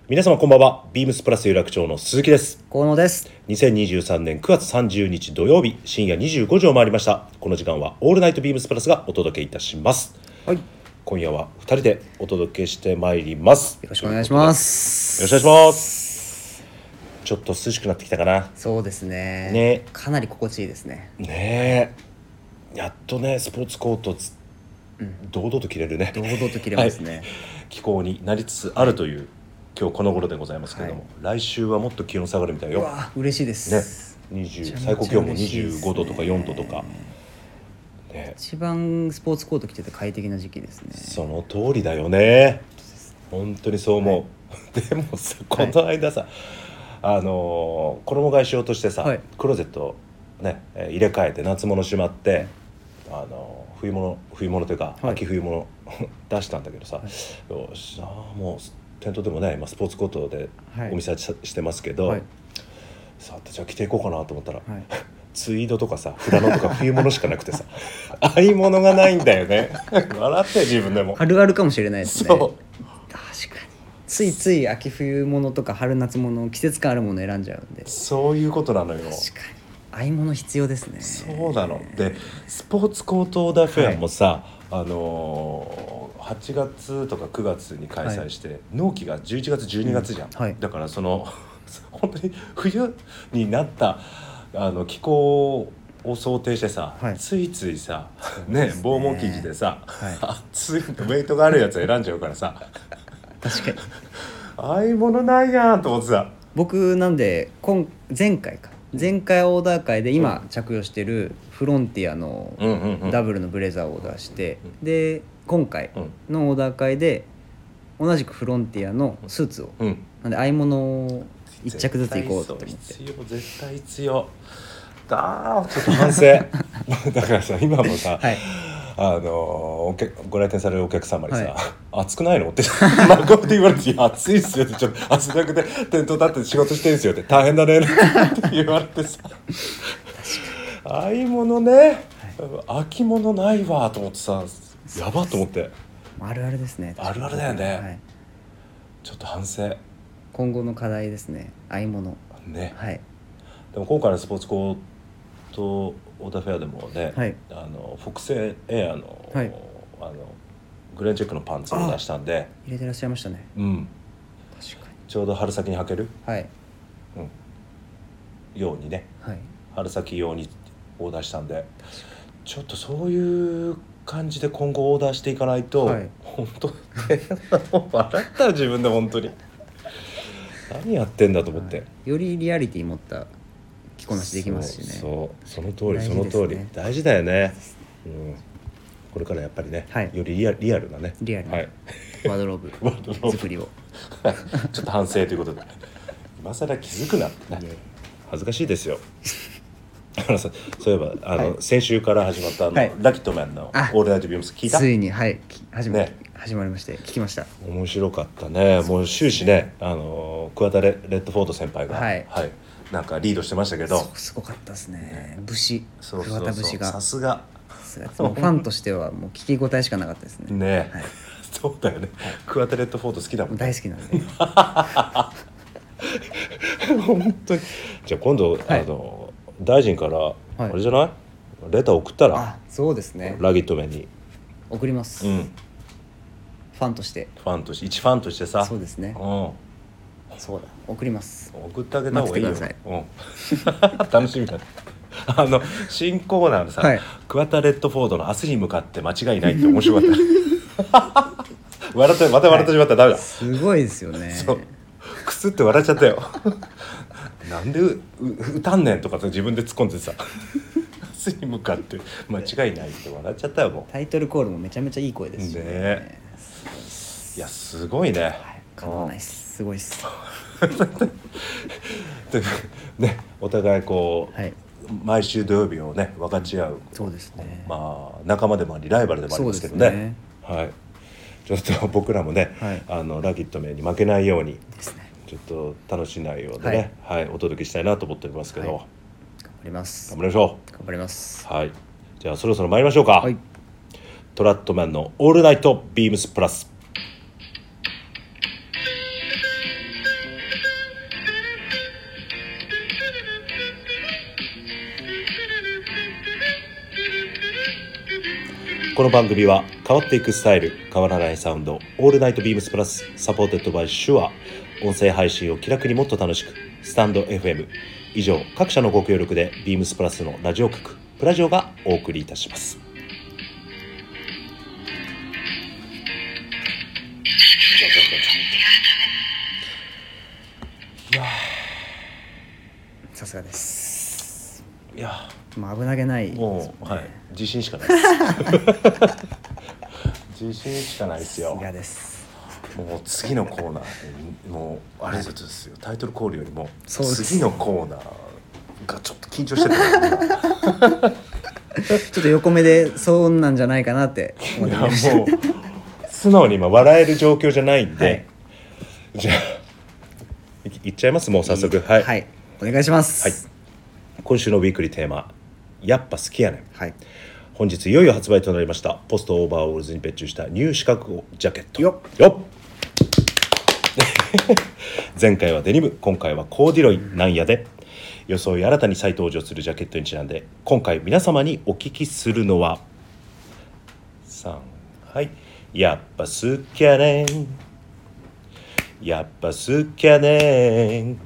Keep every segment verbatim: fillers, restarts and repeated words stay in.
皆様こんばんは。ビームスプラス有楽町の鈴木です。 河野です。 にせんにじゅうさんねんくがつさんじゅうにち土曜日深夜にじゅうごじを回りました。この時間はオールナイトビームスプラスがお届けいたします。 はい。よ今夜はふたりでお届けしてまいります。 ろしくお願いします。 よろしくお願いします。ちょっと涼しくなってきたかな。 そうですね。 ね。 かなり心地いいですね。 ねえ。やっとねスポーツコートつ、 うん、 堂々と着れるね。 堂々と着れますね。はい、 気候になりつつあるという、はい、今日この頃でございますけれども、はい、来週はもっと気温下がるみたいよ。 うわ嬉しいですね。にじゅう最高気温もにじゅうごどとかよんどとか、 ね、一番スポーツコート着てて快適な時期ですね。 その通りだよね。本当にそう思う、はい、でもさこの間さ、はい、あの衣替えしようとしてさ、はい、クローゼットね入れ替えて夏物しまって、あの冬物冬物というか、はい、秋冬物出したんだけどさ、はい、よしあもう店頭でもね今スポーツコートでお店は し,、はい、してますけど、はい、さあじゃあ着ていこうかなと思ったら、はい、ツイードとかさフラノとか冬物しかなくてさ合い物がないんだよね笑って自分でもあるあるかもしれないですね。 そう確かについつい秋冬物とか春夏物季節感あるもの選んじゃうんで。 そういうことなのよ。 確かに合い物必要ですね。 そうなのでスポーツコートオーダーフェアもさ、はい、あのー、はちがつとかくがつに開催して、はい、納期がじゅういちがつじゅうにがつじゃん、うんはい、だからその本当に冬になったあの気候を想定してさ、はい、ついついさね防毛生地でさ、はい、熱いウェイトがあるやつ選んじゃうからさ確かに合い物ないやんと思ってさ、 僕なんで今前回か前回オーダー会で今着用してるフロンティアのダブルのブレザーをオーダーして、うんうんうん、で今回のオーダー会で同じくフロンティアのスーツを、うん、なんで合い物をいっちゃくずついこうと思って。 必要絶対必要だーちょっと反省だからさ今もさ、はい、あのご来店されるお客様にさ、はい、暑くないのって真顔で言われて暑いっすよってちょっと汗だくで店頭立って仕事してるんですよって大変だねって言われてさ合い物ね、はい、秋物ないわと思ってさやばと思ってあるあるですね。 あるあるだよね、はい、ちょっと反省今後の課題ですね合い物ね、 はい、 でも今回のスポーツコートオーダーフェアでもね、はい、あのフォックスエアの、はい、あのグレンチェックのパンツを出したんで入れてらっしゃいましたね。 うん確かにちょうど春先に履ける、 はいうん、ようにね、はい、春先用にオーダーしたんでちょっとそういう感じで今後オーダーしていかないと、はい、本当笑ったよ自分で本当に何やってんだと思って、はい、 よりリアリティ持った着こなしできますしね。 そうそうその通り、ね、その通り大事だよね、うん、これからやっぱりね、はい、よりリア、リアルなねリアルな、はい、ワードローブ作りをちょっと反省ということで今更気づくなってね恥ずかしいですよあのさそういえばあの、はい、先週から始まったあの、はい、ラキットマンのオールナイトビームス聞いた？ ついにはい始ま、ね、始まりまして聞きました。 面白かったね。もう終始ねあの桑田レッドフォード先輩が、はいはい、なんかリードしてましたけどすごかったですね。武士そうそうそう桑田節がさすがもうファンとしてはもう聞き応えしかなかったですね。 ね、 はい、 そうだよね、はい、桑田レッドフォード好きだもん、ね、 大好きなんで本当にじゃあ今度、はい、あの大臣からあれじゃない、はい、レター送ったらあそうですねラギットメンに送ります、うん、ファンとしてファンとして一ファンとしてさそうですね、うん、そうだ送ります送ってあげた方がいいよ。 待ってください、 うん、楽しみだあの新コーナーのさ、はい、桑田レッドフォードの明日に向かって間違いないって面白かった笑ってまた笑ってしまったらダメだ、 すごいですよね。 そうくすって笑っちゃったよなんで う, う歌んねんとか自分で突っ込んでさ明日に向かって間違いないって笑っちゃったよ。もうタイトルコールもめちゃめちゃいい声ですし ね, ねいやすごいね、はい、 かなわないっすすごいっすねお互いこう、はい、毎週土曜日をね分かち合う、 そうですね、 まあ仲間でもありライバルでもありますけど ね, ね、はい、ちょっと僕らもね、はい、あのラギットメンに負けないようにですねちょっと楽しい内容でね、はいはい、お届けしたいなと思っておりますけど、はい、 頑張ります頑張りましょう頑張ります。 はい、じゃあそろそろ参りましょうか、はい、トラットマンのオールナイトビームスプラス。 この番組は変わっていくスタイル、変わらないサウンド、オールナイトビームスプラスサポーテッドバイシュア。音声配信を気楽にもっと楽しく、スタンド エフエム 以上各社のご協力でビームスプラスのラジオ局プラジオがお送りいたします。いやさすがです。 いやもう危なげないですもう、はい、自信しかないです自信しかないですよ。 さすがです。 もう次のコーナーもうあれですよ、タイトルコールよりも次のコーナーがちょっと緊張してたちょっと横目でそうなんじゃないかなって思ってました。いやもう素直に今笑える状況じゃないんで、はい、じゃあいっちゃいます。もう早速はい、 はい、お願いします、はい、 今週のウィークリーテーマ、やっぱ好きやねん、 はい、 本日いよいよ発売となりましたポストオーバーオールズに別注したニュー四角ジャケット。 よっよっ前回はデニム、今回はコーディロイなんやで。装い新たに再登場するジャケットにちなんで、今回皆様にお聞きするのはさんはいやっぱ好きやねん、やっぱ好きやねん、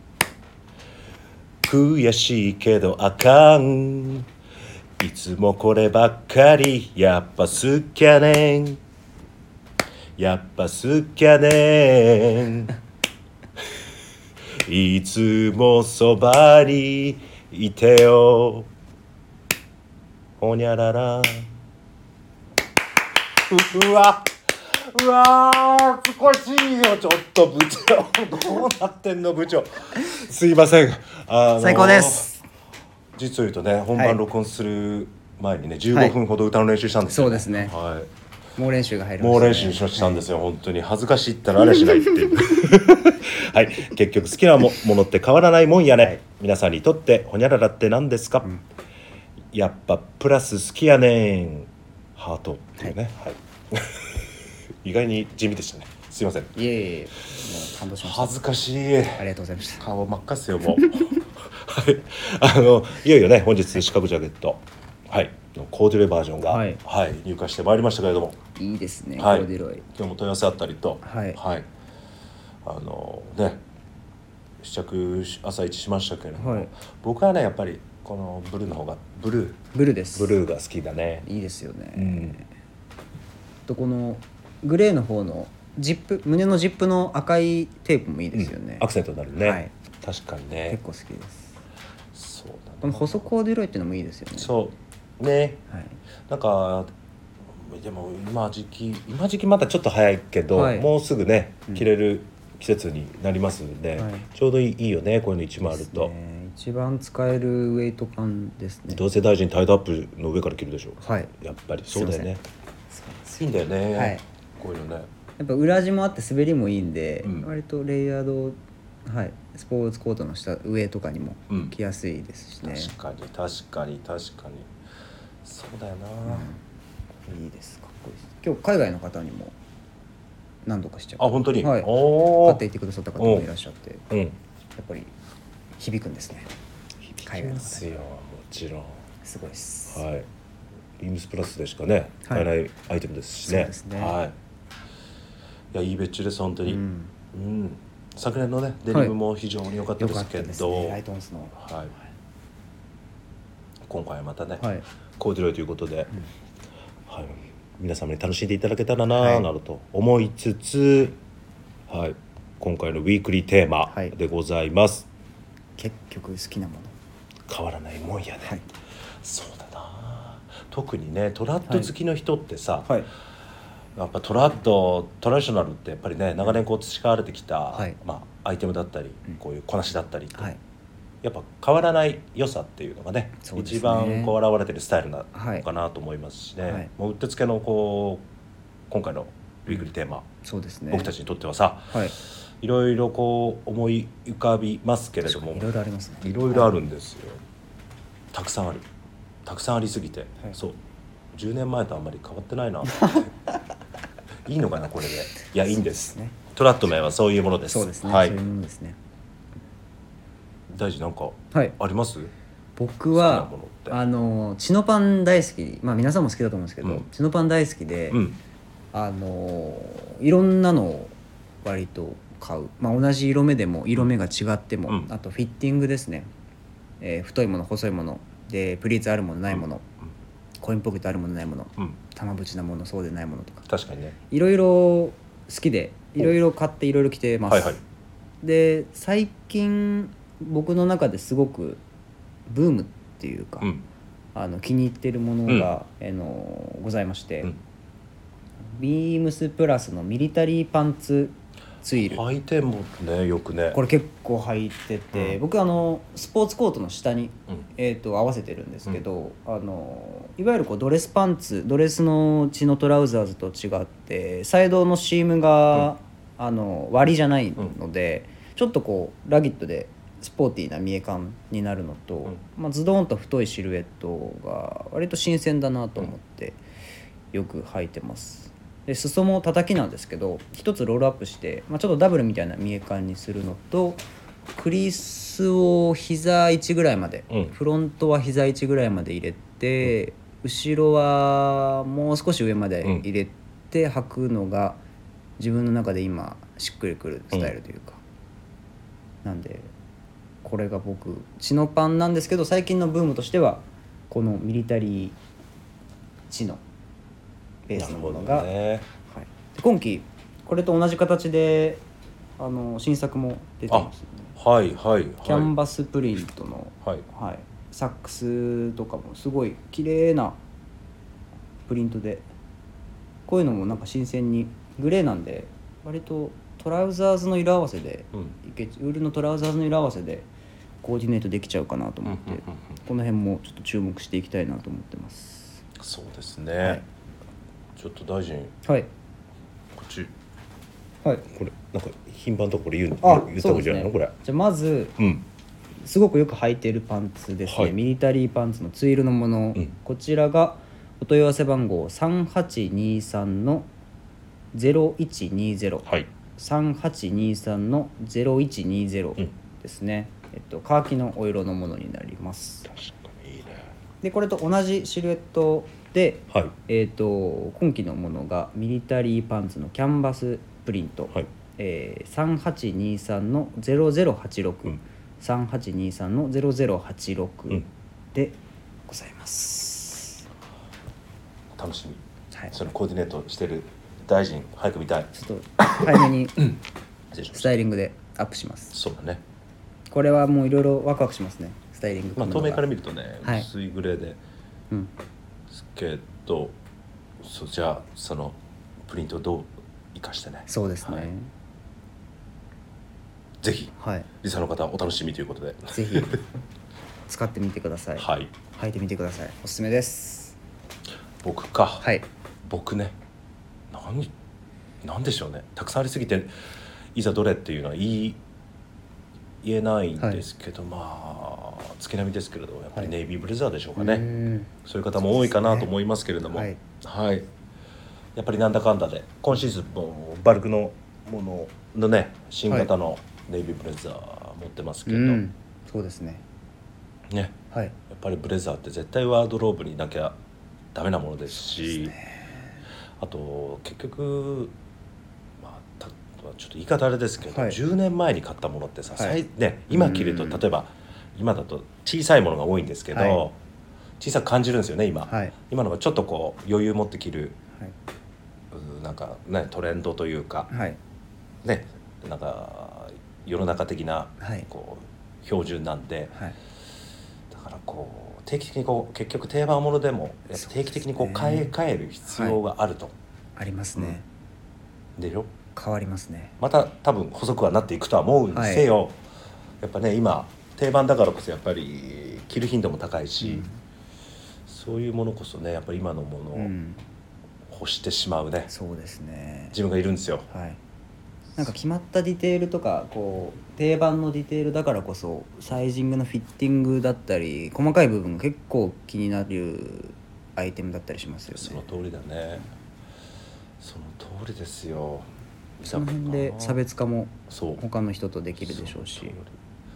悔しいけどあかん、いつもこればっかり、やっぱ好きやねん、やっぱ好きやねんいつもそばにいてよほにゃらら。うわうわ少しいよ、ちょっと部長どうなってんの部長、すいません、 あのー、最高です。 実を言うとね、本番録音する前にね、はい、じゅうごふんほど歌の練習したんですよ、ね、 そうですね、 はい、 猛練習が入りましたね。 猛練習したんですよ、はい、本当に恥ずかしいったらあれしないっていうはい、結局好きなものって変わらないもんやね、はい、皆さんにとってほにゃららって何ですか、うん、やっぱプラス好きやねんハートっていうね、はいはい、意外に地味でしたね、すいません。 いえいえ、もう感動しました。 恥ずかしい、ありがとうございました。 顔真っ赤っすよもうはい、あのいよいよね本日四角ジャケット、はい、コーデュロイバージョンが、はいはい、入荷してまいりましたけれども、 いいですね、 はい、 コーデュロイ今日も問い合わせあったりと、 はいはい、あのね試着朝一しましたけれども、はい、僕はねやっぱりこのブルーの方がブルーブルーですブルーが好きだね。 いいですよね、うん、とこのグレーの方のジップ、胸のジップの赤いテープもいいですよね、 うん、アクセントになるね、 はい、 確かにね、 結構好きです。 そうだね、 この細コーデュロイっていうのもいいですよね。 そうね、 はい、 なんかでも今時期今時期まだちょっと早いけど、はい、もうすぐね着れる季節になりますんで、はい、ちょうどいいよね、こういうの一枚あると、 ね、一番使えるウェイト感ですね。 どうせ大臣タイドアップの上から着るでしょ、 はい、 やっぱりそうだよね、いいんだよね、はい、こういうのね、 やっぱ裏地もあって滑りもいいんで、うん、割とレイヤード、はい、スポーツコートの下上とかにも着やすいですしね、 うん、確かに確かに確かにそうだよな、 うん、いいです、かっこいいです。今日海外の方にも何度かしちゃう、 あ本当に、 はい、買っていってくださった方もいらっしゃって、 うん、やっぱり響くんですね。 響きますよ、もちろんすごいです、 はい、ビームスプラスでしかね買えないアイテムですしね、 そうですね、 はい、いやいい別注です本当に、うんうん、昨年のねデニムも非常に良かったですけど、 はい、ね、ライトオンスの、 はいはい、今回はまたね、 はい、 コーデュロイということで、うん、はい、皆様に楽しんでいただけたらなぁなどと思いつつ、はい、今回のウィークリーテーマでございます、 はい、結局好きなもの変わらないもんやね、 はい、 そうだな、特にねトラッド好きの人ってさ、 はい、 やっぱトラッドトラディショナルってやっぱりね長年こう培われてきた、はい、まあ、アイテムだったり、うん、こういうこなしだったりと、はい、やっぱ変わらない良さっていうのが ね, ね一番こう現れてるスタイルなのかなと思いますしね、はい、もううってつけのこう今回のウィークリーテーマ、うん、 そうですね、 僕たちにとってはさ、 はい、 いろいろこう思い浮かびますけれども、 いろいろありますね、 いろいろあるんですよ、はい、たくさんあるたくさんありすぎて、はい、そうじゅうねんまえとあんまり変わってないないいのかなこれで、いやいいんです、ね、トラッドメンはそういうものです。 そうですね、 はい、 そういうものですね。 大事なんかあります？はい、 僕はあのチノパン大好き、まあ皆さんも好きだと思うんですけど、うん、チノパン大好きで、うん、あのいろんなのを割と買う、まあ、同じ色目でも色目が違っても、うん、あとフィッティングですね、えー、太いもの細いものでプリーツあるものないもの、うん、コインポケットあるものないもの、うん、玉縁なものそうでないものとか確かにねいろいろ好きでいろいろ買っていろいろ着てます、はいはい、で最近僕の中ですごくブームっていうか、うん、あの気に入ってるものが、うん、あのございまして、うん、ビームスプラスのミリタリーパンツツイル履いてもねよくねこれ結構履いてて、うん、僕あのスポーツコートの下に、うん、えー、と合わせてるんですけど、うん、あのいわゆるこうドレスパンツドレスのチノトラウザーズと違ってサイドのシームが、うん、あの割りじゃないので、うん、ちょっとこうラギットでスポーティーな見え感になるのと、うんまあ、ズドンと太いシルエットが割と新鮮だなと思ってよく履いてます。で裾も叩きなんですけど一つロールアップして、まあ、ちょっとダブルみたいな見え感にするのとクリスを膝位置ぐらいまで、うん、フロントは膝位置ぐらいまで入れて、うん、後ろはもう少し上まで入れて履くのが自分の中で今しっくりくるスタイルというか、うん、なんでこれが僕チノパンなんですけど最近のブームとしてはこのミリタリーチノベースのものが、ねはい、で今期これと同じ形であの新作も出てますよね。 はいはいはい、 キャンバスプリントの、はいはい、サックスとかもすごい綺麗なプリントでこういうのもなんか新鮮にグレーなんで割とトラウザーズの色合わせで、うん、ウールのトラウザーズの色合わせでコーディネートできちゃうかなと思って、うんうんうんうん、この辺もちょっと注目していきたいなと思ってます。 そうですね、はい、ちょっと大臣、 はい、 こっち、 はい、 これなんか品番とかこれ言うあ言った方がいいんじゃないの、ね、これじゃあまず、うん、すごくよく履いているパンツですね、はい、ミリタリーパンツのツイルのもの、うん、こちらがお問い合わせ番号さんはちにさんのゼロいちにゼロ、はい、さんはちにさんのゼロいちにゼロですね、うんえっと、カーキのお色のものになります。 確かにいいね。でこれと同じシルエットで、はいえっと、今期のものがミリタリーパンツのキャンバスプリント、はいえー、さんはちにさんのゼロゼロはちろく、うん、さんはちにさんのゼロゼロはちろくでございます、 うん、楽しみ、はい、そのコーディネートしてる大臣早く見たい。 ちょっと早めにスタイリングでアップします。 そうだね。 これはもういろいろワクワクしますねスタイリング。 まあ透明から見るとね、はい、薄いグレーで、うん、すけどそうじゃあそのプリントをどう生かしてね。 そうですね、はい、 ぜひ、はい、リサの方お楽しみということでぜひ使ってみてください。はい、履いてみてください。おすすめです。 僕か、はい、僕ね何なんでしょうね、たくさんありすぎていざどれっていうのは言い言えないんですけど、はい、まあ月並みですけれどやっぱりネイビーブレザーでしょうかね、はい、そういう方も多いかなと思いますけれども、ねはいはい、やっぱりなんだかんだで今シーズンもバルクのもののね新型のネイビーブレザー持ってますけど、はいうん、 そうですねね、はい、やっぱりブレザーって絶対ワードローブになきゃダメなものですし、ね、あと結局ちょっと言い方あれですけど、はい、じゅうねんまえに買ったものってさ、はいね、今着ると例えば今だと小さいものが多いんですけど、はい、小さく感じるんですよね今、はい、今のがちょっとこう余裕持って着る、はい、なんかねトレンドというか、はい、ねなんか世の中的なこう標準なんで、はい、だからこう定期的にこう結局定番ものでも定期的にこう買い替える必要があると、はい、 ありますね、 うん、でしょ変わりますね。 また多分細くはなっていくとは思うんですせよ、はい、やっぱね今定番だからこそやっぱり着る頻度も高いし、うん、そういうものこそねやっぱり今のものを欲してしまうね、うん、 そうですね自分がいるんですよ、 はい、なんか決まったディテールとかこう定番のディテールだからこそサイジングのフィッティングだったり細かい部分が結構気になるアイテムだったりしますよね。 その通りだね、その通りですよ。 その辺で差別化も他の人とできるでしょうし、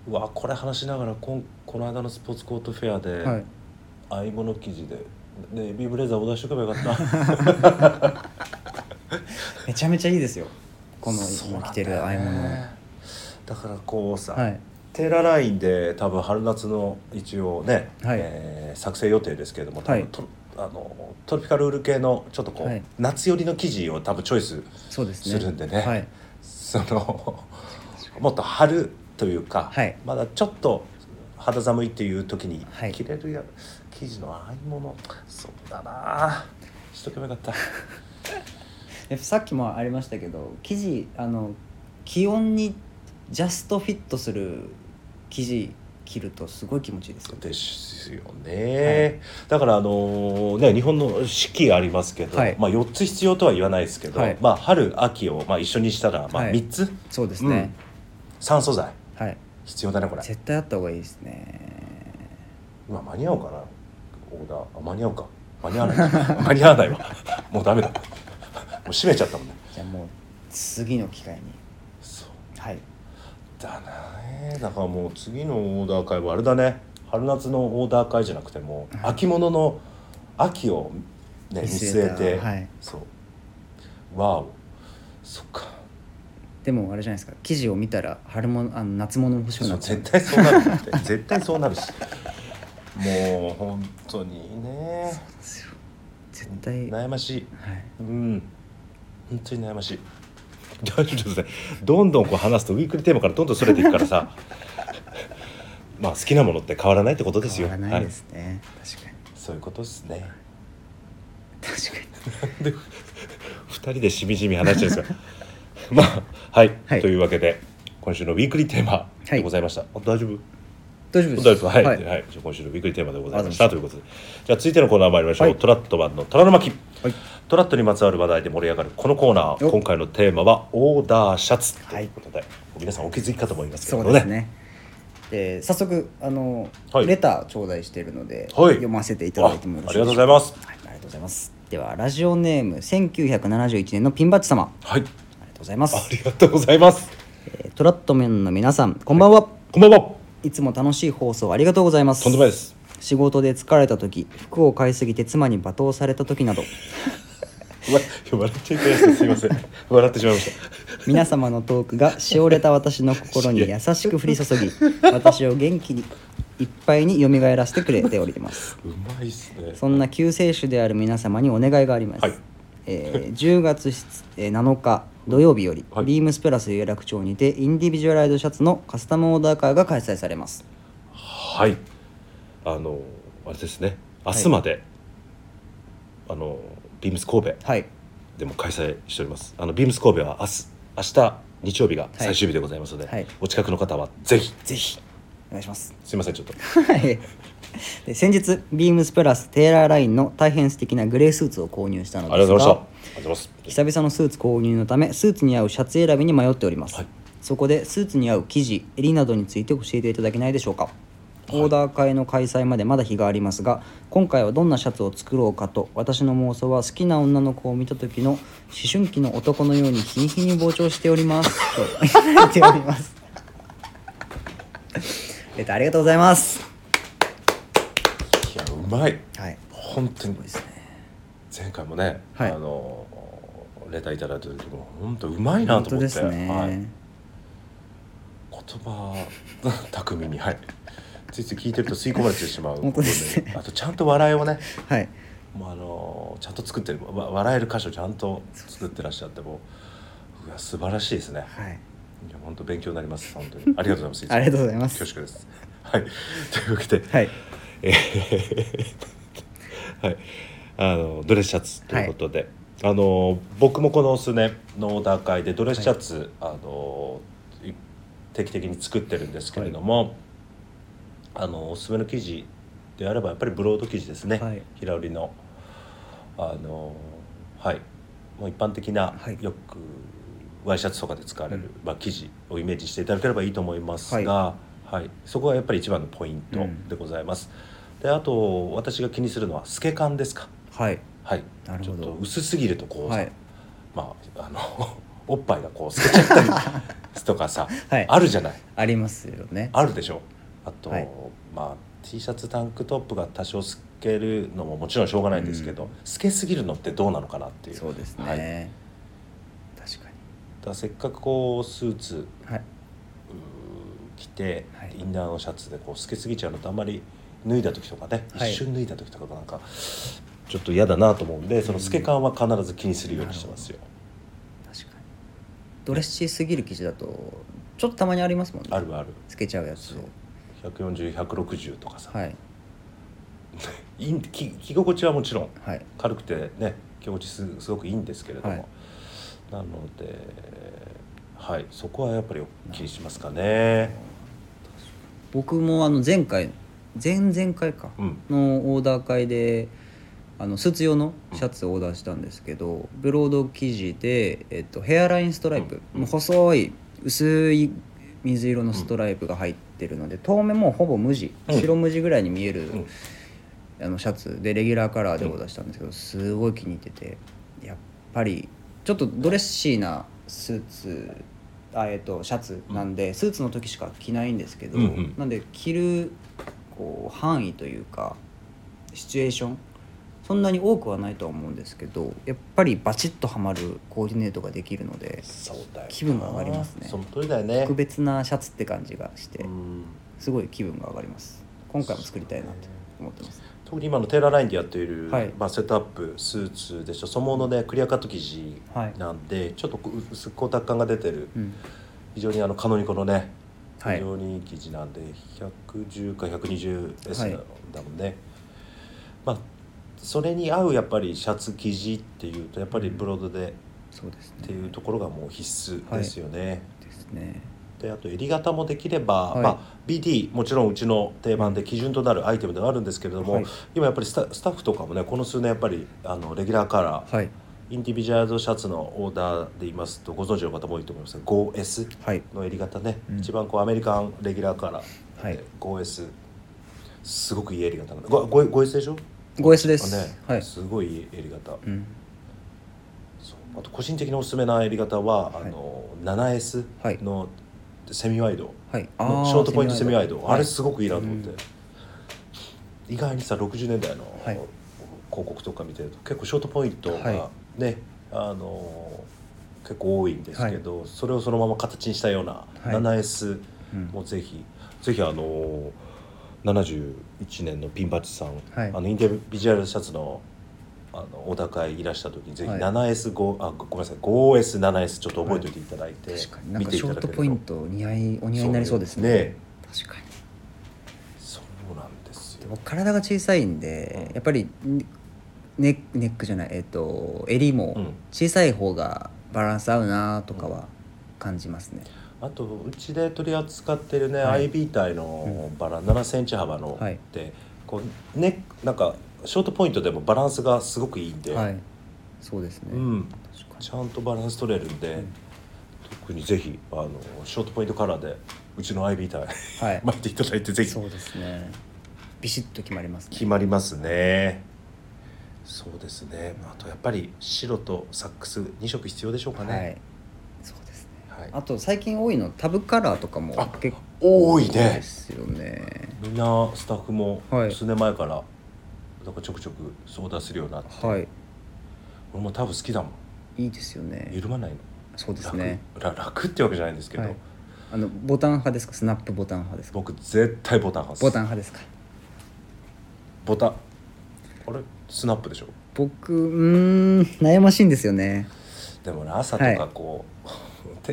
うわこれ話しながらこんこの間のスポーツコートフェアで、はい、合い物生地でネイビーブレザーを出しとけばよかっためちゃめちゃいいですよこの今着てる合い物だからこうさ、はい、テーラーラインで多分春夏の一応ね、はい、えー、作成予定ですけれども多分、はい、とあのトロピカルウール系のちょっとこう、はい、夏寄りの生地を多分チョイスするんでね、はい、そのもっと春というか、はい、まだちょっと肌寒いっていう時に着れるや、はい、生地の合い物そうだなしとけばよかったさっきもありましたけど生地あの気温にジャストフィットする生地着るとすごい気持ちいいですよですよね、はい、だからあのね日本の四季ありますけど、はい、まあよっつ必要とは言わないですけど、はい、まあ春秋をまあ一緒にしたらまあみっつ、はい、 そうですね、うん、 さん素材、はい、必要だねこれ絶対あった方がいいですね今間に合うかなオーダーあ間に合うか間に合わない間に合わないわもうダメだもう閉めちゃったもんねじゃあもう次の機会にそうはいだなだからもう次のオーダー会はあれだね春夏のオーダー会じゃなくても、はい、秋物の秋を、ね、見据えて、はい、そうわおそっかでもあれじゃないですか生地を見たら春物あの夏物も欲しくなっちゃう絶対そうなるって絶対そうなるしもう本当にねそうですよ絶対悩ましい、 はい、 うん本当に悩ましい大丈夫ですねどんどんこう話すとウィークリーテーマからどんどんそれていくからさまあ好きなものって変わらないってことですよ変わらないですね、はい、確かにそういうことですね確かにでふたりでしみじみ話してるんですかまあはい、はい、というわけで今週のウィークリーテーマでございました、はい、大丈夫大丈夫です。 大丈夫はい、はいはい、今週のウィークリーテーマでございましたということで、じゃあ続いてのコーナー参りましょう、はい、トラットマンの虎の巻、はい、トラットにまつわる話題で盛り上がるこのコーナー、今回のテーマはオーダーシャツということで、はい、皆さんお気づきかと思いますけどね。 そうですね。で早速あの、はい、レター頂戴しているので、はい、読ませていただいてもよろしいでしょうか。 ありがとうございます、 はい、ありがとうございます。ではラジオネームせんきゅうひゃくななじゅういちねんのピンバッチ様、 はい、ありがとうございます。 ありがとうございます、 えー、トラットメンの皆さんこんばんは、はい、 こんばんは。 いつも楽しい放送ありがとうございます。 とんでもないです。 仕事で疲れた時、服を買いすぎて妻に罵倒された時など笑っちゃいけないです。すいません。笑ってしまいました。皆様のトークがしおれた私の心に優しく降り注ぎ、私を元気にいっぱいに蘇らせてくれております。 うまいっすね。 そんな救世主である皆様にお願いがあります。はい、えー、じゅうがつなのか土曜日より、はい、ビームスプラス有楽町にてインディビジュアライズシャツのカスタムオーダー会が開催されます。 はい、あのあれですね、明日まで、はい、あのビームス神戸でも開催しております。あのビームス神戸は明日明日日曜日が最終日でございますので、はいはい、お近くの方はぜひぜひお願いします。 すいませんちょっとで先日ビームスプラステーラーラインの大変素敵なグレースーツを購入したのですが、 ありがとうございました。ありがとうございます。 久々のスーツ購入のためスーツに合うシャツ選びに迷っております、はい、そこでスーツに合う生地、襟などについて教えていただけないでしょうか。オーダー会の開催までまだ日がありますが、今回はどんなシャツを作ろうかと、私の妄想は好きな女の子を見た時の思春期の男のように日に日に膨張しておりますといただいておりますえっとありがとうございます。 いやうまい、 はい、 本当にですね。 前回もね、はい、あのレターいただいた時も本当うまいなと思って、本当ですね、はい、言葉巧みに、はい、ついつい聞いてると吸い込まれてしまう本当ですね。 あとちゃんと笑いをね、 はい、 もうあのちゃんと作ってる、笑える箇所ちゃんと作ってらっしゃって、もううわ素晴らしいですね。 はい、 いや本当勉強になります。本当にありがとうございます。 ありがとうございます。 恐縮です。はい、というわけで、 はい、 えー、はい、あのドレスシャツということで、はい、あの僕もこの数年のオーダー会でドレスシャツ、はい、あの定期的に作ってるんですけれども、はい、あのおすすめの生地であればやっぱりブロード生地ですね、はい、平織りのあのはいもう一般的な、はい、よくワイシャツとかで使われる、うんまあ、生地をイメージしていただければいいと思いますが、はいはい、そこがやっぱり一番のポイントでございます、うん、であと私が気にするのは透け感ですか。 はい、 はい、 なるほど。 ちょっと薄すぎるとこうさ、 はい、 まああのおっぱいがこう透けちゃったり透とかさ、 はい、 あるじゃない。 ありますよね。 あるでしょ。あと、 はい、 まあ T シャツタンクトップが多少透けるのももちろんしょうがないんですけど、うん、透けすぎるのってどうなのかなっていう。 そうですね、はい、確かに。だからせっかくこうスーツ、はい、着て、はい、インナーのシャツでこう透けすぎちゃうのとあんまり脱いだ時とかね、はい、一瞬脱いだ時とかなんかちょっと嫌だなと思うんで、その透け感は必ず気にするようにしてますよ。 うん、確かにドレッシーすぎる生地だとちょっとたまにありますもんね。 あるある。 透けちゃうやつ。 ひゃくよんじゅう、ひゃくろくじゅうとかさ、はい、 いい着, 着心地はもちろん軽くてね、着心地 す, すごくいいんですけれども、はい、なので、はい、そこはやっぱり気にしますかね。 僕もあの前回前々回かのオーダー会で、あのスーツ用のシャツをオーダーしたんですけど、うん、ブロード生地で、えっと、ヘアラインストライプ、うん、もう細い薄い水色のストライプが入ってるので、遠目もほぼ無地、白無地ぐらいに見える、うん、あのシャツでレギュラーカラーでオーダーしたんですけど、すごい気に入ってて、やっぱりちょっとドレッシーなスーツ、あ、えー、とシャツなんで、スーツの時しか着ないんですけど、うんうん、なんで着るこう範囲というかシチュエーションそんなに多くはないとは思うんですけど、やっぱりバチッとはまるコーディネートができるので、そうだよ、気分が上がりますね。 その通りだよね。 特別なシャツって感じがしてすごい気分が上がります。今回も作りたいなと思ってます。 特に今のテーラーラインでやっている、はい、まあ、セットアップスーツでしょ、そのものでクリアカット生地なんで、はい、ちょっと薄く光沢感が出てる、うん、非常にあのカノニコのね、非常にいい生地なんで、ひゃくじゅうかひゃくにじゅうエス だもんね、はい、まあそれに合うやっぱりシャツ生地っていうとやっぱりブロードで、うん、そうですね、っていうところがもう必須ですよね、はい、ですね。であと襟型もできれば、はい、まあ、ビーティー もちろんうちの定番で基準となるアイテムではあるんですけれども、はい、今やっぱりス タ, スタッフとかもね、この数年やっぱりあのレギュラーカラー、はい、インディビジュアルドシャツのオーダーで言いますとご存知の方も多いと思いますが ファイブエス の襟型ね、はい、一番こうアメリカンレギュラーカラー、はい、ファイブエス すごくいい襟型なんで ファイブエス でしょ。 ファイブエス です、 ね、はい、すごいいい襟型、うん、そうあと個人的におすすめな襟型は、はい、あの ナナエス のセミワイド、はい、ショートポイントセミワイド、あれすごくいいなと思って、はい、意外にさろくじゅうねんだいの広告とか見てると結構ショートポイントがね、はい、あの結構多いんですけど、はい、それをそのまま形にしたような ナナエス もぜひ、うん、ぜひあのななじゅういちねんのピンバッチさん、はい、あのインディビジュアルシャツのあのオーダー会いらした時にぜひ ナナエスご、はい、あごめんなさい ファイブエスナナエス ちょっと覚えておいていただいて、はい、 確かになんかショートポイント似合いお似合いになりそうですね。ね、確かにそうなんですよ。 僕体が小さいんで、うん、やっぱりネ, ネックじゃない、えー、と襟も小さい方がバランス合うなとかは感じますね、 うん、あとうちで取り扱ってるね、はい、アイビー 体のバラ、うん、ななセンチ幅のって、はい、こうね、なんかショートポイントでもバランスがすごくいいんで、はい、 そうですね、 うん、ちゃんとバランス取れるんで、うん、特にぜひあのショートポイントカラーでうちの アイビー 体、はい、巻いていただいてぜひ。 そうですね、ビシッと決まりますね。 決まりますね。そうですね。あとやっぱり白とサックスに色必要でしょうかね。はい、 そうですね、はい、あと最近多いのタブカラーとかも結構多いね。 ですよね。 みんなスタッフも数年前からなんかちょくちょく相談するようになって、はい、俺もタブ好きだもん。 いいですよね。 緩まないの。 そうですね。 楽, 楽ってわけじゃないんですけど、はい、 あのボタン派ですか、スナップボタン派ですか。 僕絶対ボタン派です。 ボタン派ですか。 ボタンあれスナップでしょ。 僕うーん悩ましいんですよね。 でもね、朝とかこう、はい、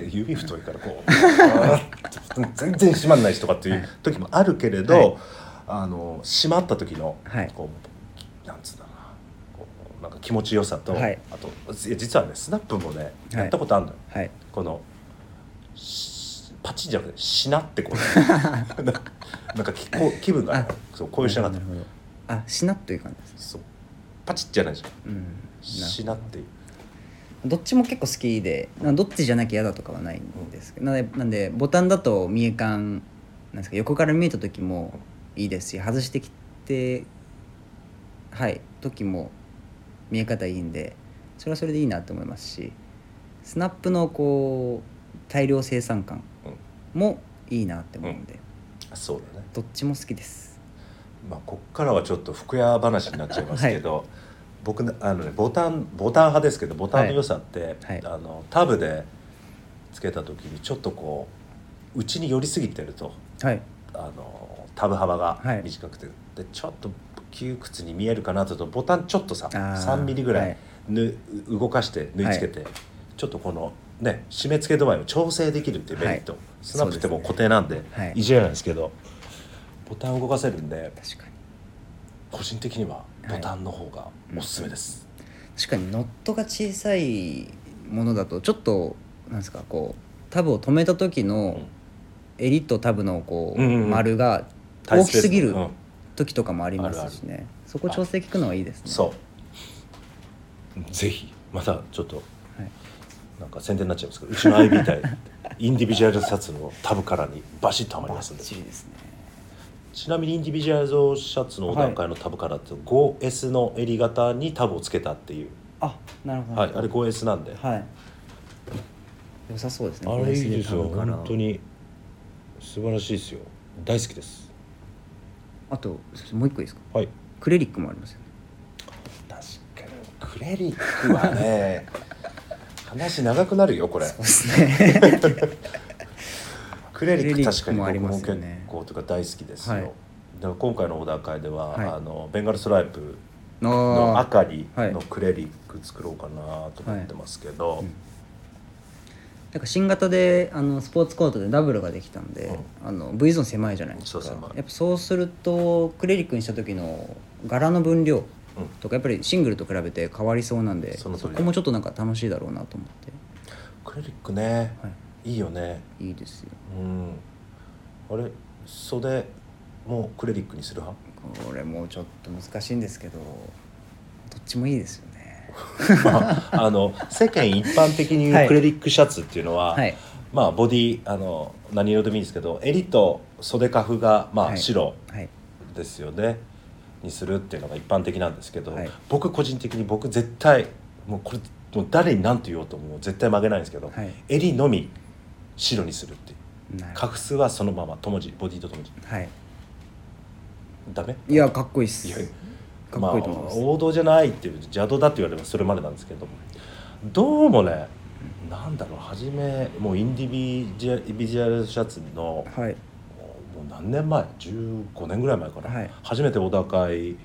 指太いからこう全然閉まんないしとかっていう時もあるけれど、はい、あの閉まった時の、はい、こうなんつうんだろうな、こうなんか気持ちよさと、はい、あと実はねスナップもねやったことあるのよ、はい、このパチンじゃなくてしなってこうなんかこう気分が、ね、そうこういうしなかった。 あ、しなっていう感じです。 そうパチッじゃないじゃん、うん、しなっていう。 どっちも結構好きで、どっちじゃなきゃ嫌だとかはないんですけど、なんで、なんでボタンだと見え感なんですか、横から見えた時もいいですし、外してきてはい時も見え方いいんで、それはそれでいいなと思いますし、スナップのこう大量生産感もいいなって思うんで、 うん、そうだね、 どっちも好きです。 まあこっからはちょっと服屋話になっちゃいますけど、はい、僕あの、ね、ボタンボタン派ですけど、ボタンの良さって、はいはい、あのタブでつけた時にちょっとこう内に寄りすぎてると、はい、あのタブ幅が短くて、はい、でちょっと窮屈に見えるかなと、ボタンちょっとささんミリぐらい、ぬ、はい、動かして縫い付けて、はい、ちょっとこのね締め付け度合いを調整できるっていうメリット、はい、スナップってもう固定なんでいじれないんですけど、はい、ボタンを動かせるんで、確かに個人的にはボタンの方がおすすめです、 はい、うん、確かにノットが小さいものだとちょっとなんですか、こうタブを止めた時の襟とタブのこう、うんうんうん、丸が大きすぎる時とかもありますしね、うん、あるある、そこ調整効くのはいいですね。 そうぜひまたちょっと、はい、なんか宣伝になっちゃいますけど、うちの アイビー 隊インディビジュアルシャツのタブカラーにバシッとはまりますんで。 バッチリですね。 ちなみにインディビジュアルシャツの段階のタブカラーって ファイブエス の襟型にタブをつけたっていう。 あ、なるほど、 はい、あれ ファイブエス なんで、 はい、良さそうですね。 あれいいですよ、本当に素晴らしいですよ、大好きです。 あともう一個いいですか。 はい、 クレリックもありますよね。 確かにクレリックはね話長くなるよこれ。 そうですねクレリック確かに僕も結構とか大好きですよ、はい、だから今回のオーダー会では、はい、あのベンガルストライプの赤にのクレリック作ろうかなと思ってますけど、はい、うん、 なんか新型であのスポーツコートでダブルができたんで、うん、あの V ゾーン狭いじゃないですか。やっぱそうするとクレリックにした時の柄の分量とかやっぱりシングルと比べて変わりそうなんで、そのそこもちょっとなんか楽しいだろうなと思って。 クレリックね、はい、いいよね。 いいですよ、 うん、あれ袖もクレリックにする派？ これもうちょっと難しいんですけど、どっちもいいですよねまあ、あの世間一般的に言うクレリックシャツっていうのは、はい、まあボディあの何色でもいいんですけど、襟と袖カフがまあ白ですよね、はいはい、にするっていうのが一般的なんですけど、はい、僕個人的に僕絶対もうこれもう誰に何と言おうともう絶対曲げないんですけど、はい、襟のみ白にするっていう、カフスはそのまま友字ボディと友字、はい、ダメ？ いやかっこいいっす。いやかっこいいと思います。まあ、王道じゃないっていう邪道だって言われればそれまでなんですけども、どうもね、なんだろう、初めもうインディビジュア、ビジュアルシャツの、はい、もう何年前じゅうごねんぐらい前かな、はい、初めてオーダー会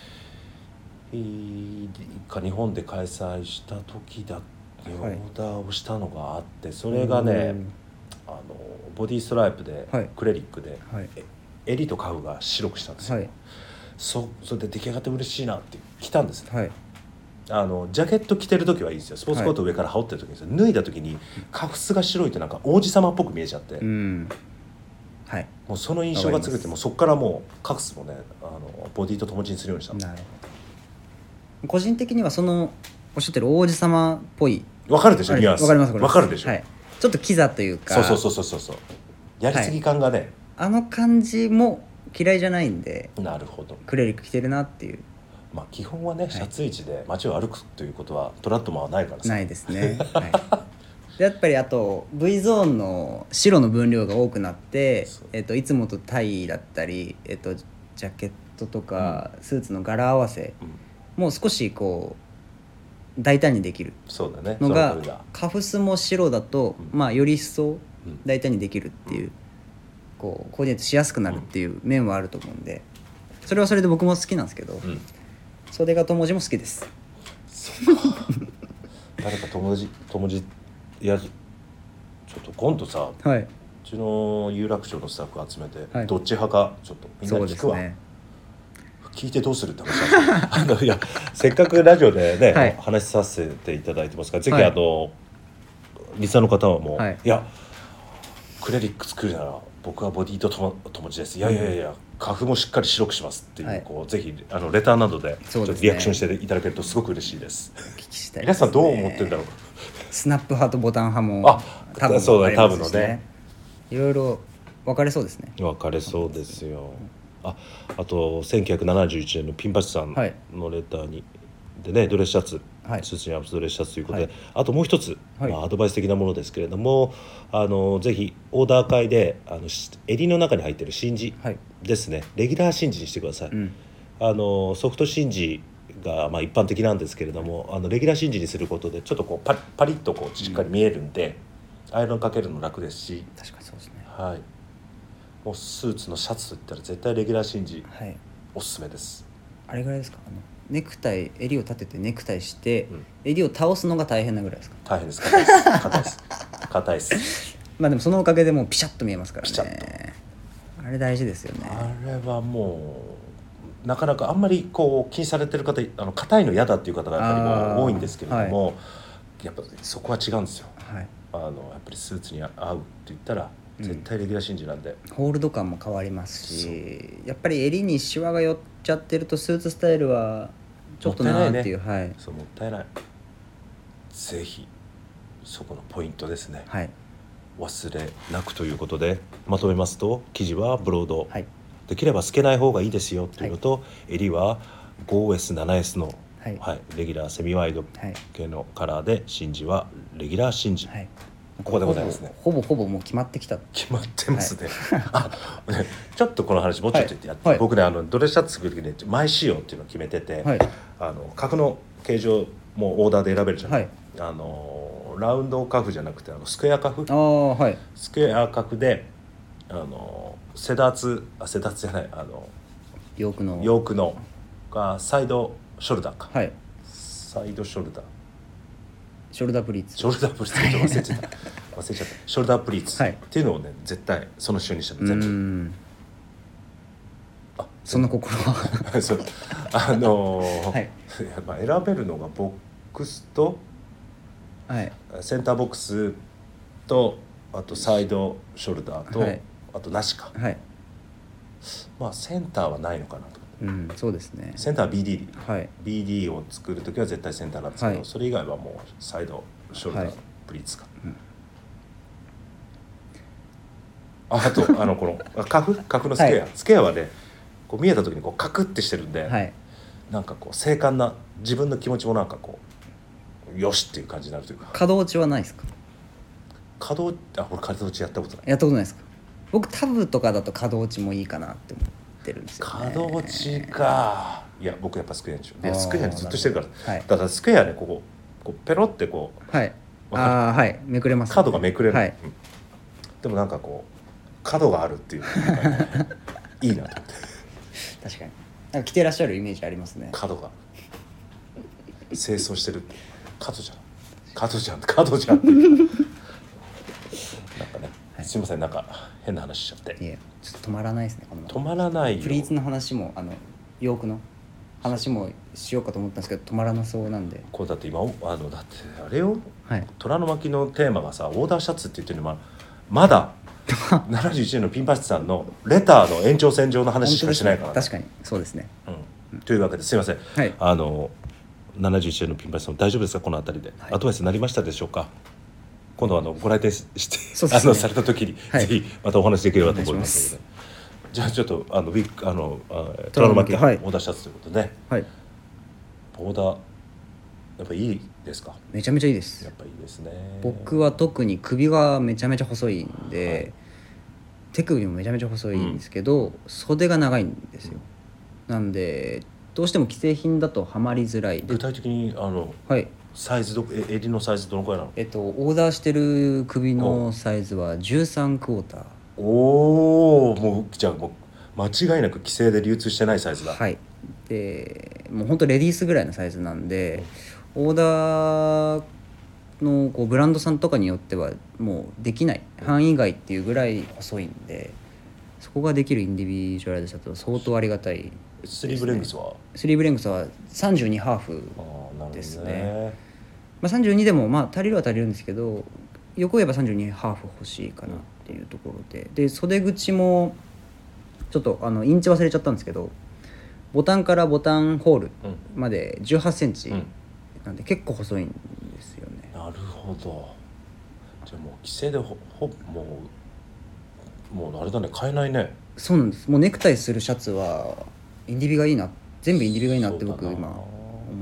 か日本で開催した時だにオーダーをしたのがあって、それがね、あのボディストライプで、はい、クレリックで、はい、襟とカフが白くしたんですよ、はい、そ, それで出来上がって嬉しいなって着たんですね、はい、あのジャケット着てる時はいいですよ、スポーツコート上から羽織ってる時ですよ、はい、脱いだ時にカフスが白いとなんか王子様っぽく見えちゃって、うん、はい、もうその印象がつくて、もうそこからもうカフスもね、あのボディと友達にするようにしたの。なるほど。 個人的にはそのおっしゃってる王子様っぽい、 わかるでしょ、ニュアンス。 わかりますわかるでしょ、はい、 ちょっとキザというか、 そうそうそうそうそう、やりすぎ感がね、はい、 あの感じも嫌いじゃないんで、 なるほど、 クレリック着てるなっていう。 まあ基本はね、はい、シャツ位置で街を歩くということはトラットマンはないからさ。 ないですね、はい、でやっぱりあと V ゾーンの白の分量が多くなって、えっと、いつもとタイだったり、えっと、ジャケットとかスーツの柄合わせ、うん、もう少しこう大胆にできるのが、ね、カフスも白だと、うん、まあより一層大胆にできるっていう、うん、こうコーディネートしやすくなるっていう面はあると思うんで、それはそれで僕も好きなんですけど、うん、袖が友達も好きです。 そうか誰か友達友達いやちょっと今度さ、はい、うちの有楽町のスタッフ集めて、はい、どっち派かちょっとみんなに聞くわ、ね、聞いてどうするって話なんですあのいやせっかくラジオでね、はい、話させていただいてますから、ぜひ、はい、あのリスナーの方はもう、はい、いやクレリック作るなら僕はボディと友達です、いやいやいや、うん、カフもしっかり白くしますっていう、はい、こうぜひあのレターなどでちょっとリアクションしていただけるとすごく嬉しいです。お聞きしたいですね。皆さんどう思ってるんだろう。 スナップ派とボタン派もあ多分そうだね、多分のね、 いろいろ分かれそうですね。 分かれそうですよ。あ, あとせんきゅうひゃくななじゅういちねんのピンパチさんのレターに、はい、でねドレスシャツはい、 スーツに合わせたドレスシャツということで、はい、あともう一つ、 はい、 まあ、アドバイス的なものですけれども、あのぜひオーダー会であの襟の中に入っている真地ですね、はい、レギュラー真地にしてください、うん、あのソフト真地がまあ一般的なんですけれども、あのレギュラー真地にすることでちょっとこうパリパリッとこうしっかり見えるんで、うん、アイロンかけるの楽ですし、 確かにそうですね、 はい、もうスーツのシャツといったら絶対レギュラー真地、はい、おすすめです。 あれぐらいですか、あのネクタイ襟を立ててネクタイして、うん、襟を倒すのが大変なぐらいですか。 大変です、硬いです硬いです硬いですまあでもそのおかげでもうピシャッと見えますからね。 ピシャッと、 あれ大事ですよね。 あれはもうなかなかあんまりこう気にされてる方、あの硬いの嫌だっていう方がやっぱりもう多いんですけれども、はい、やっぱそこは違うんですよ、はい、あのやっぱりスーツに合うって言ったら絶対レギュラー真地なんで、 うん、ホールド感も変わりますし、やっぱり襟にシワが寄っちゃってるとスーツスタイルはちょっとなーっていう、 もったいないね、はい、そうもったいない。ぜひそこのポイントですね、はい、忘れなくということでまとめますと、生地はブロード、はい、できれば透けない方がいいですよというのと、はい、襟は ごエスななエス の、はいはい、レギュラーセミワイド系のカラーで、真地はレギュラー真地、はい、ここでございますね。 ほぼほぼもう決まってきた。 決まってますね。はい、あ、ね、ちょっとこの話もうちょっと言ってやって、はい、僕ねあのドレスシャツ作る時に前仕様っていうのを決めてて、はい、あの角の形状もオーダーで選べるじゃない、はい、あのラウンドカフじゃなくてあのスクエアカフ、あ、はい、スクエアカフであのセダーツあセダーツじゃないあのヨークのヨークのがサイドショルダーか、はい、サイドショルダーショルダープリーツショルダープリーツ忘れちゃった忘れちゃったショルダープリーツっていうのをね、絶対その週にしたの全部。うん、 あ、そんな心はそうあのーはい、まあ選べるのがボックスと、はい、センターボックスとあとサイドショルダーと、はい、あとなしか、はい、まあセンターはないのかなと。 うん、そうですね。 センターは ビーディー、はい、ビーディー を作るときは絶対センターなんですけど、はい、それ以外はもうサイドショルダー、はい、プリーツか、うん、あ, あとあのこのカフカフのスケア、はい、スケアはねこう見えたときにこうカクってしてるんで、はい、なんかこう精悍な自分の気持ちもなんかこうよしっていう感じになるというか。 角落ちはないですか。 角落ち、あ、俺角落ちやったことない。 やったことないですか。僕タブとかだと角落ちもいいかなって思ってるんですよね。 角落ちか。いや僕やっぱスクエアにしよう。いやスクエアにずっとしてるから、はい、だからスクエアねこここうペロってこう、はい、 ああ、はい、めくれます、ね、 角がめくれる、はい、うん、でもなんかこう角があるっていうのが、ね、いいなと思って。 確かになんか着てらっしゃるイメージありますね。 角が清掃してる角じゃん角じゃん角じゃんっていうなんかね、はい、すいませんなんか変な話しちゃって。 いやちょっと止まらないですねこの止まらないよ。 プリーツの話もあのヨークの話もしようかと思ったんですけど止まらなそうなんで。 こうだって今あのだってあれよ、はい、虎の巻のテーマがさオーダーシャツって言ってるのにまだななじゅういちねんのピンパチさんのレターの延長線上の話しかしないから、ね、 確かにそうですね、 うん、というわけですいません、はい、あのななじゅういちねんのピンパチさん大丈夫ですかこのあたりで、はい、アドバイスになりましたでしょうか。今度あのご来店して、ね、あのされた時に、はい、ぜひまたお話できればと思いますので、じゃあちょっとあのウィッグあの虎の巻オーダーシャツということで、はい、オーダーやっぱいいですか。 めちゃめちゃいいです。 やっぱいいですね。 僕は特に首がめちゃめちゃ細いんで、はい、手首もめちゃめちゃ細いんですけど、うん、袖が長いんですよ、うん、なんでどうしても既製品だとはまりづらい。 具体的にあの、はい、サイズどえ襟のサイズどのくらいなの。 えっとオーダーしてる首のサイズはじゅうさんクォーター。 おお、もうじゃあもう間違いなく既製で流通してないサイズだ。 はい。でもうほんとレディースぐらいのサイズなんで、うん、オーダーのこうブランドさんとかによってはもうできない範囲外っていうぐらい細いんで、そこができるインディビジュアルだと相当ありがたいですね。 スリーブレングスはスリーブレングスはさんじゅうにハーフですね。ね、まあ、さんじゅうにでもまあ足りるは足りるんですけど、横言えばさんじゅうにハーフ欲しいかなっていうところで、で袖口もちょっとあのインチ忘れちゃったんですけど、ボタンからボタンホールまでじゅうはちセンチなんで結構細いんですよね。 なるほど。じゃあもう規制でほほもうもうあれだね、買えないね。 そうなんです。もうネクタイするシャツはインディビがいいな、全部インディビがいいなって僕今思っ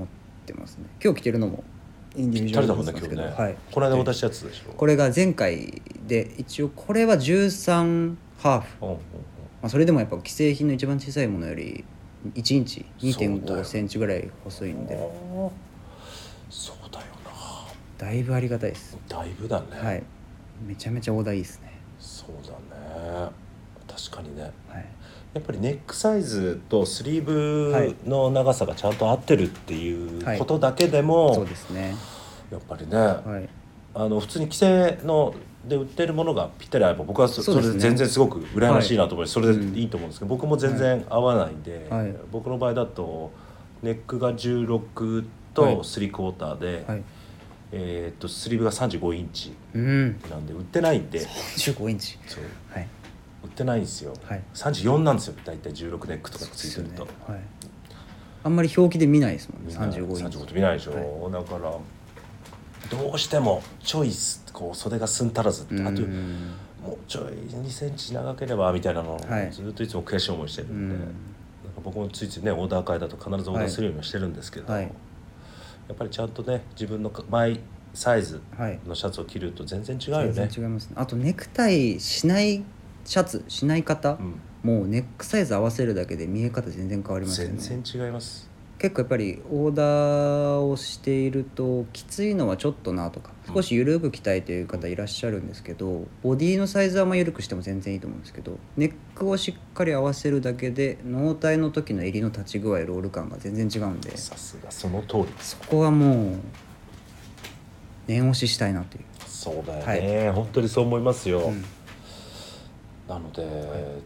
てますね。今日着てるのもインディビジュアルなんですけど、ねはい、 この間渡したやつでしょ。 これが前回で一応これはじゅうさんハーフ、うんうんうん、まあ、それでもやっぱ既製品の一番小さいものよりいちインチ にてんごセンチぐらい細いんで、 そうだよな。 だいぶありがたいです。 だいぶだね。 はい、めちゃめちゃオーダーいいですね。 そうだね、確かにね、はい、やっぱりネックサイズとスリーブの長さがちゃんと合ってるっていうことだけでも、はい、 そうですね、 やっぱりね、はい、あの普通に既製ので売ってるものがぴったり合えば僕は そ, それで全然すごく羨ましいなと思い、はい、それでいいと思うんですけど、僕も全然合わないんで、はい、僕の場合だとネックがじゅうろくとスリークォーターで、はい、えー、とスリーブがさんじゅうごインチなんで売ってないんで、うん、さんじゅうごインチ、 そう、はい、売ってないんですよ、はい、さんじゅうよんなんですよだいたいじゅうろくネックとかついてると、ね、はい、 あんまり表記で見ないですもんね。さんじゅうごインチさんじゅうごって見ないでしょ、はい、だからどうしてもチョイスこう袖がすん足らずって、あともうちょいにセンチ長ければみたいなのをずっといつも悔しい思いしてるんで、はい、なんか僕もついついねオーダー会だと必ずオーダーするようにしてるんですけど、はい、やっぱりちゃんとね自分のマイサイズのシャツを着ると全然違うよね、はい、 全然違いますね。あとネクタイしないシャツしない方、うん、もうネックサイズ合わせるだけで見え方全然変わりますよね。 全然違います。 結構やっぱりオーダーをしているときついのはちょっとなとか少し緩く着たいという方いらっしゃるんですけど、ボディのサイズはまあ緩くしても全然いいと思うんですけど、ネックをしっかり合わせるだけで納体の時の襟の立ち具合ロール感が全然違うんで、 さすがその通り、 そこはもう念押ししたいなという。 そうだよね、はい、本当にそう思いますよ、うん、なので、はい、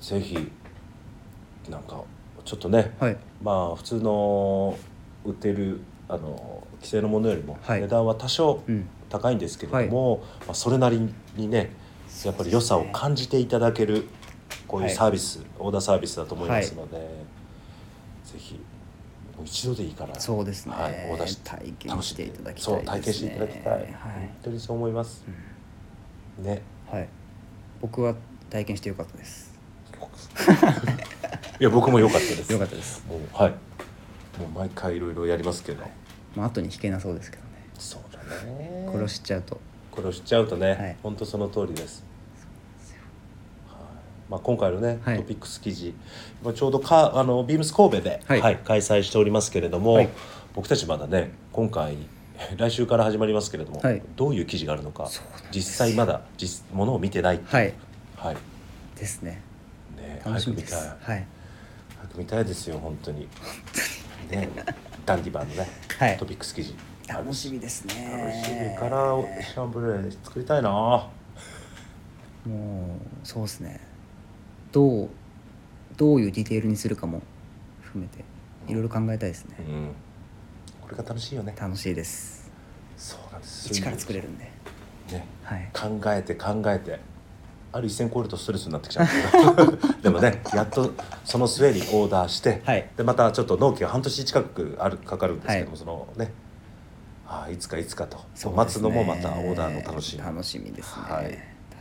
ぜひなんかちょっとね、はい、まあ普通の売ってるあの既製のものよりも値段は多少高いんですけれども、はい、まあ、それなりにねやっぱり良さを感じていただけるこういうサービス、はい、オーダーサービスだと思いますので、はい、ぜひもう一度でいいからそうですね、 はい、オーダーし体験していただきたいですね。 そう体験していただきたい、はい、本当にそう思います、うん、ね、 はい、僕は体験してよかったですいや僕も良かったです。 良かったです。 もうはい。もう毎回いろいろやりますけど。 まあ後に引けなそうですけどね。 そうだね。 殺しちゃうと。 殺しちゃうとね。はい、本当その通りです。そうですよ。はい。まあ今回のね、はい、トピックス記事、今ちょうどかあのビームス神戸で、はいはい、開催しておりますけれども、はい、僕たちまだね今回来週から始まりますけれども、はい、どういう記事があるのか実際まだ実ものを見てないっていう。はいはい。 ですね。 ね、楽しみです。はい。早く見たいですよ本当に。ね、ダンディバーのね、はい、トピックス記事。 楽しみですね。 楽しみからシャンブレー作りたいな。もうそうですね。どうどういうディテールにするかも含めていろいろ考えたいですね。うん。 これが楽しいよね。 楽しいです。 そうなんです。 一から作れるんで。 ね。はい。考えて考えて。ある一線超えるとストレスになってきちゃうでもねやっとその末にオーダーして、はい、でまたちょっと納期が半年近くあるかかるんですけども、はい、そのねあいつかいつかと、ね、待つのもまたオーダーの楽しみ楽しみですね、はい、確かに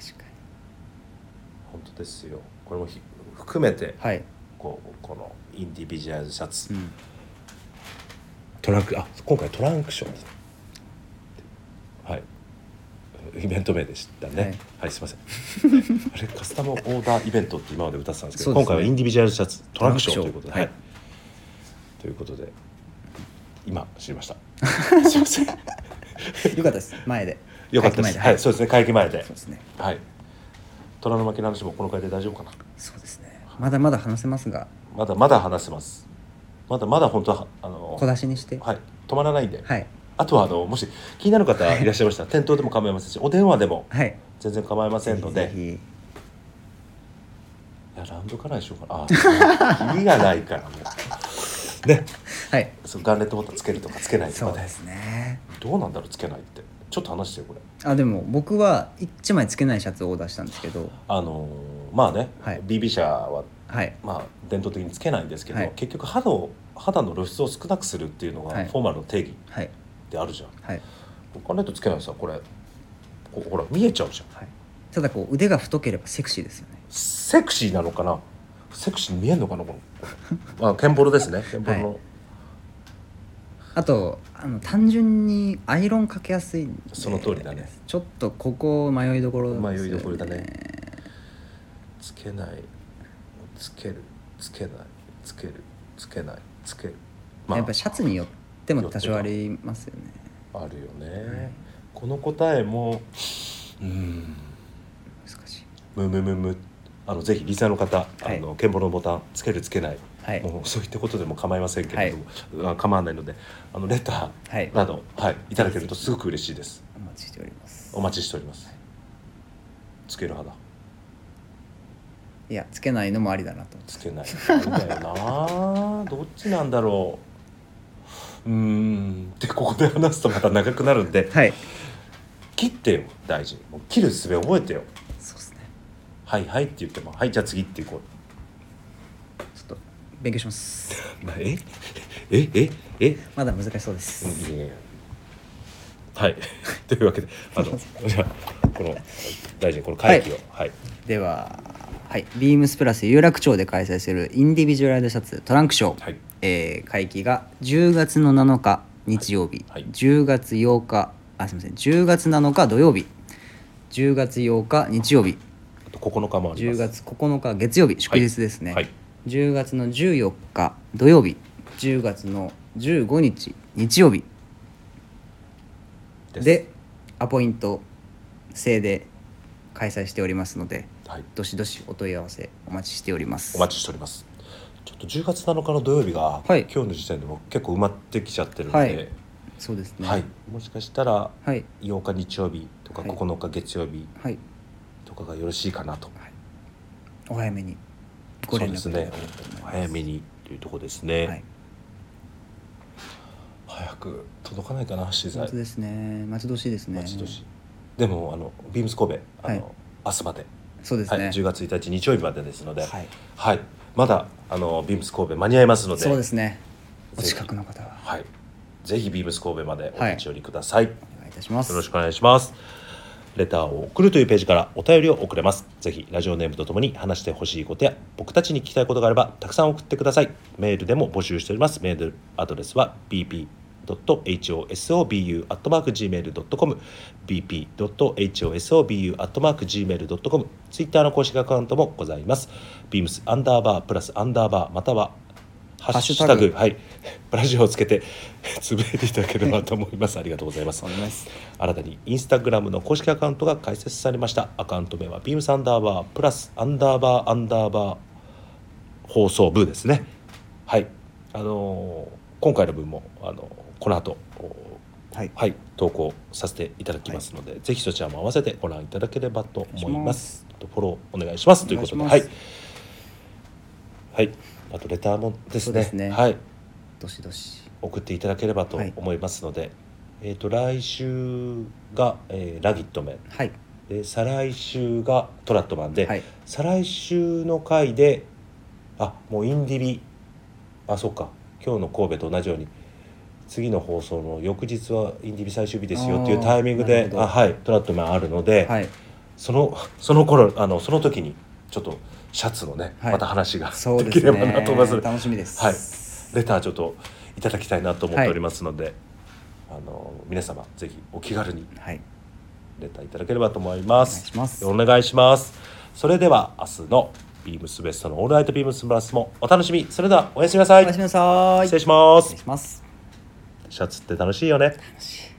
本当ですよ。これもひ含めて、はい、こうこのインディビジュアルシャツ、うん、トランクあ今回トランクションですはいイベント名でしたね。はい、はい、すみません。あれカスタムオーダーイベントって今まで歌ってたんですけど、ね、今回はインディビジュアルシャツトランクションということで、はいはい、ということで今知りました。すみません。よかったです。前で。 よかったです。はい、そうですね。会期前で。 そうですね。 はい。虎の巻の話もこの回で大丈夫かな。 そうですね。まだまだ話せますが。 まだまだ話せます。まだまだ本当はあの小出しにして。 はい。止まらないんで。 はい。 あとはあのもし気になる方いらっしゃいましたら、はい、店頭でも構いませんしお電話でも全然構いませんので、はい、ぜひぜひいやラウンドからにしようかなあ意味がないからもうね、はい、そのガンレットボタンつけるとかつけないとかね。 そうですね。 どうなんだろうつけないってちょっと話してよこれ。 あでも僕はいちまいつけないシャツをオーダーしたんですけどあのー、まあね、はい、ビービー 社は、はい、まあ伝統的につけないんですけど、はい、結局肌を肌の露出を少なくするっていうのがフォーマルの定義、はいはいであるじゃん。はい。ガンレットつけないさこれこほら見えちゃうじゃん。はい。 ただこう腕が太ければセクシーですよね。 セクシーなのかな。セクシーに見えるのかなこの。あケンボロですね。ケンボロの。 はい、 あとあの単純にアイロンかけやすいんで、 その通りだね。 ちょっとここ迷いどころですよね。 迷いどころだね。つけない、つける、つけない、つける、つけない、つける、 まあ、やっぱシャツによっても多少ありますよね。 あるよね、はい、この答えもうーん難しい。 むむむむあのぜひリスナーの方、はい、あの鍵盤のボタンつけるつけない、 はい、 もうそういったことでも構いませんけれども、はい、構わないのであのレターなど、はいはい、いただけるとすごく嬉しいです。 お待ちしております。 お待ちしております。つける派だ。 いやつけないのもありだなと。 つけないありだよなどっちなんだろう。うーんでここで話すとまた長くなるんで、 はい、 切ってよ大事。もう切る術覚えてよ。 そうですね。はいはいって言ってもはいじゃあ次っていこう。ちょっと勉強します。 ええええまだ難しそうです。 いやいやはいというわけであのじゃあこの大臣この会議を、はい、はい、 では、はい、ビームスプラス有楽町で開催するインディビジュアルシャツトランクショー、はい、えー、会期がじゅうがつのなのか日曜日、はいはい、じゅうがつようかあすみませんじゅうがつなのか土曜日、じゅうがつようか日曜日、 あとここのかもあります。 じゅうがつここのか月曜日祝日ですね、 はいはい、 じゅうがつのじゅうよっか土曜日、じゅうがつのじゅうごにち日曜日で, でアポイント制で開催しておりますので、はい、どしどしお問い合わせお待ちしております。 お待ちしております。ちょっとじゅうがつなのかの土曜日が、はい、今日の時点でも結構埋まってきちゃってるので、はい、 そうですね、 はい、もしかしたらようか日曜日とかここのか月曜日とかがよろしいかなと、はい、 お早めにご連絡いただければと思います。そうですね、早めにというところですね、はい、早く届かないかな資材。 本当ですね、待ち遠しいですね。 待ち遠しい。でもあのビームス神戸あの、はい、明日まで、 そうですね、 はい、じゅうがつついたち日曜日までですので、はい、はい、まだあのビームス神戸間に合いますので、 そうですね、お近くの方は、 はい、ぜひビームス神戸までお立ち寄りください、はい、 お願いいたします。 よろしくお願いします。レターを送るというページからお便りを送れます。ぜひラジオネームとともに話してほしいことや僕たちに聞きたいことがあればたくさん送ってください。メールでも募集しております。メールアドレスは ビーピードットエイチオーエスオービーユー アットマーク ジーメール ドットコム ビーピードットエイチオーエスオービーユー アットマーク ジーメール ドットコム ツイッターの公式アカウントもございます。ビームスアンダーバープラスアンダーバーまたはハッシュタグ、はい、ラジオをつけてつぶやいていただければと思いますありがとうございます。新たにインスタグラムの公式アカウントが開設されました。アカウント名はビームスアンダーバープラスアンダーバーアンダーバー放送部ですね。はい、あのー、今回の分もあのこの後、はいはい、投稿させていただきますので、はい、ぜひそちらも合わせてご覧いただければと思います。フォローお願いしますということで、はい、はい、あとレターもですね、そうですね、はい、 どしどし送っていただければと思いますので、はい、えー、と来週が、えー、ラギットメン、はい、で再来週がトラットマンで、はい、再来週の回であもうインディビあそうか今日の神戸と同じように次の放送の翌日はインディビ最終日ですよっていうタイミングであ、はい、トラットマンあるので、はい、そのその頃あのその時にちょっとシャツのね、はい、また話ができればなと思います。 ね、楽しみです、 はい、レターちょっといただきたいなと思っておりますので、はい、あの皆様ぜひお気軽にレターいただければと思います。 お願いします。 お願いします。それでは明日のビームスベストのオールナイトビームスプラスもお楽しみ。それではおやすみなさい。 おやすみなさい。 失礼します。 失礼します。 シャツって楽しいよね。 楽しい。